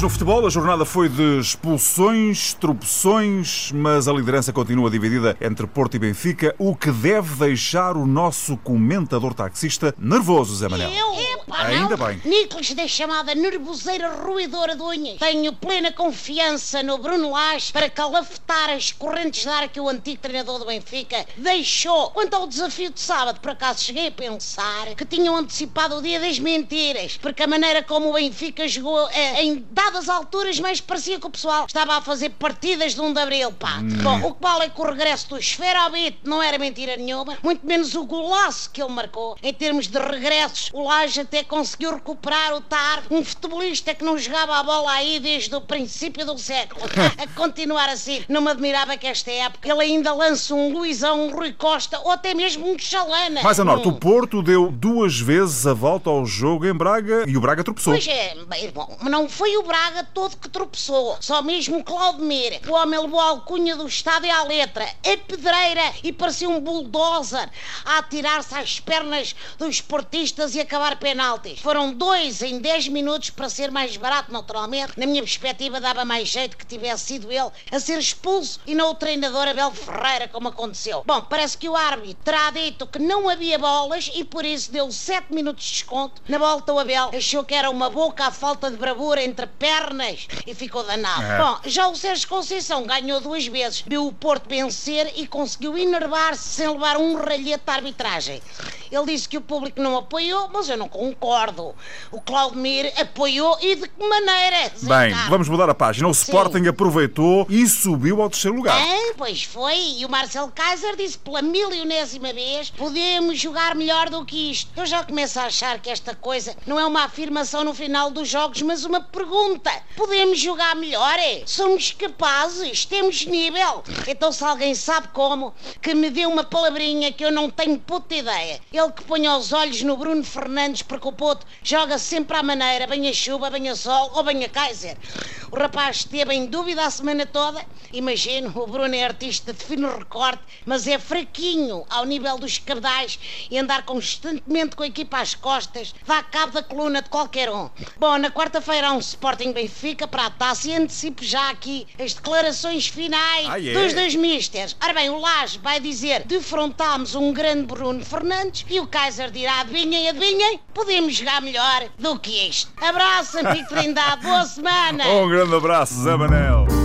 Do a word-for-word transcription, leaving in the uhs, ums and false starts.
no futebol, a jornada foi de expulsões, tropeções, mas a liderança continua dividida entre Porto e Benfica, o que deve deixar o nosso comentador taxista nervoso, Zé Manel. Eu? Epá, Ainda não. bem. Nicolas da chamada nervoseira roedora de unhas. Tenho plena confiança no Bruno Lage para calafetar as correntes de ar que o antigo treinador do Benfica deixou. Quanto ao desafio de sábado, por acaso cheguei a pensar que tinham antecipado o dia das mentiras, porque a maneira como o Benfica jogou eh, em dadas alturas mais parecia que o pessoal estava a fazer partidas de um de abril, pá. Hum. Bom, o que vale é que o regresso do Esferabit não era mentira nenhuma, muito menos o golaço que ele marcou. Em termos de regressos, o Lage até conseguiu recuperar o Tar, um futebolista que não jogava a bola aí desde o princípio do século. A continuar assim, não me admirava que esta época ele ainda lança um Luizão, um Rui Costa ou até mesmo um Chalana. Mais a norte, hum. o Porto deu duas vezes a volta ao jogo em Braga e o Braga tropeçou. Pois é, bem, bom, não foi o Braga todo que tropeçou, só mesmo o Claudemir. O homem levou a alcunha do estádio à letra, a pedreira, e parecia um bulldozer a atirar-se às pernas dos portistas e acabar penaltis. Foram dois em dez minutos para ser mais barato, naturalmente. Na minha perspectiva dava mais jeito que tivesse sido ele a ser expulso e não o treinador Abel Ferreira, como aconteceu. Bom, parece que o árbitro terá dito que não havia bolas e por isso deu sete minutos de desconto. Na volta o Abel achou que era uma boca à falta de bravura entre pernas e ficou danado. É. Bom, já o Sérgio Conceição ganhou duas vezes, viu o Porto vencer e conseguiu enervar-se sem levar um ralhete de arbitragem. Ele disse que o público não apoiou, mas eu não concordo. O Claudemir apoiou e de que maneira? Zé Bem, Carlos? vamos mudar a página. O Sim. Sporting aproveitou e subiu ao terceiro lugar. Ah, pois foi. E o Marcelo Kaiser disse pela milionésima vez: podemos jogar melhor do que isto. Eu já começo a achar que esta coisa não é uma afirmação no final dos jogos, mas uma pergunta. Podemos jogar melhor? É? Somos capazes? Temos nível? Então se alguém sabe como, que me dê uma palavrinha que eu não tenho puta ideia. Ele que ponha os olhos no Bruno Fernandes, porque o Poto joga sempre à maneira, bem a chuva, bem a sol ou bem a Kaiser. O rapaz esteve em dúvida a semana toda. Imagino, o Bruno é artista de fino recorte, mas é fraquinho ao nível dos cabedais e andar constantemente com a equipa às costas dá cabo da coluna de qualquer um. Bom, na quarta-feira há um Sporting Benfica para a taça e antecipo já aqui as declarações finais ah, é? dos dois misters. Ora bem, o Lage vai dizer: defrontámos um grande Bruno Fernandes, e o Kaiser dirá: adivinhem, adivinhem, podemos jogar melhor do que isto. Abraço, amigo Trindade, boa semana! Um grande abraço, Zé Manel.